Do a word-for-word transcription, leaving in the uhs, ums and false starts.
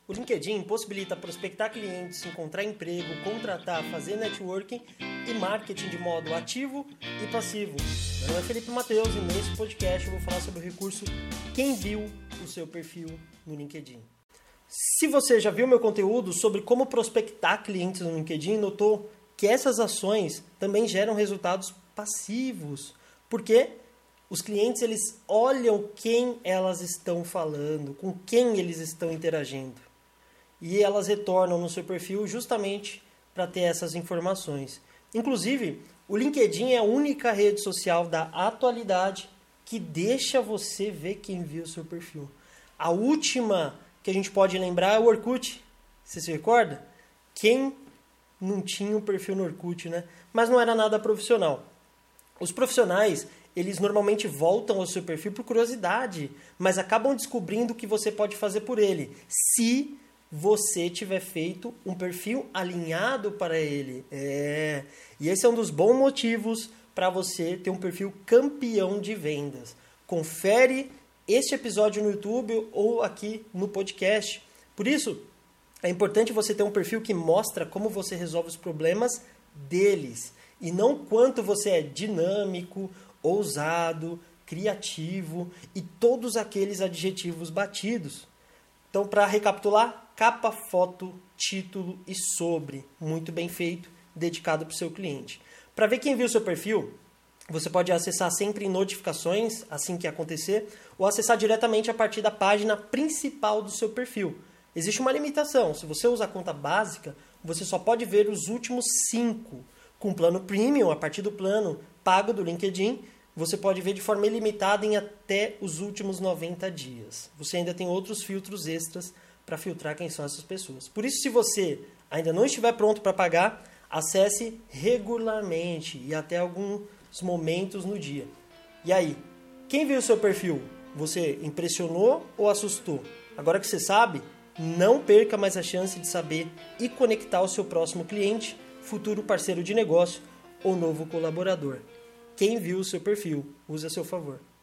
O LinkedIn possibilita prospectar clientes, encontrar emprego, contratar, fazer networking e marketing de modo ativo e passivo. Meu nome é Felipe Mateus e nesse podcast eu vou falar sobre o recurso Quem Viu o Seu Perfil no LinkedIn. Se você já viu meu conteúdo sobre como prospectar clientes no LinkedIn, notou que essas ações também geram resultados passivos, porque os clientes eles olham quem elas estão falando, com quem eles estão interagindo. E elas retornam no seu perfil justamente para ter essas informações. Inclusive, o LinkedIn é a única rede social da atualidade que deixa você ver quem viu o seu perfil. A última que a gente pode lembrar é o Orkut. Você se recorda? Quem não tinha um perfil no Orkut, né? Mas não era nada profissional. Os profissionais, eles normalmente voltam ao seu perfil por curiosidade, mas acabam descobrindo o que você pode fazer por ele, se você tiver feito um perfil alinhado para ele. É. E esse é um dos bons motivos para você ter um perfil campeão de vendas. Confere este episódio no YouTube ou aqui no podcast. Por isso, é importante você ter um perfil que mostra como você resolve os problemas deles e não quanto você é dinâmico, ousado, criativo e todos aqueles adjetivos batidos. Então, para recapitular, capa, foto, título e sobre. Muito bem feito, dedicado para o seu cliente. Para ver quem viu o seu perfil, você pode acessar sempre em notificações, assim que acontecer, ou acessar diretamente a partir da página principal do seu perfil. Existe uma limitação. Se você usa a conta básica, você só pode ver os últimos cinco. Com o plano Premium, a partir do plano pago do LinkedIn, você pode ver de forma ilimitada em até os últimos noventa dias. Você ainda tem outros filtros extras para filtrar quem são essas pessoas. Por isso, se você ainda não estiver pronto para pagar, acesse regularmente e até alguns momentos no dia. E aí, quem viu o seu perfil? Você impressionou ou assustou? Agora que você sabe, não perca mais a chance de saber e conectar o seu próximo cliente, futuro parceiro de negócio ou novo colaborador. Quem viu o seu perfil, use a seu favor.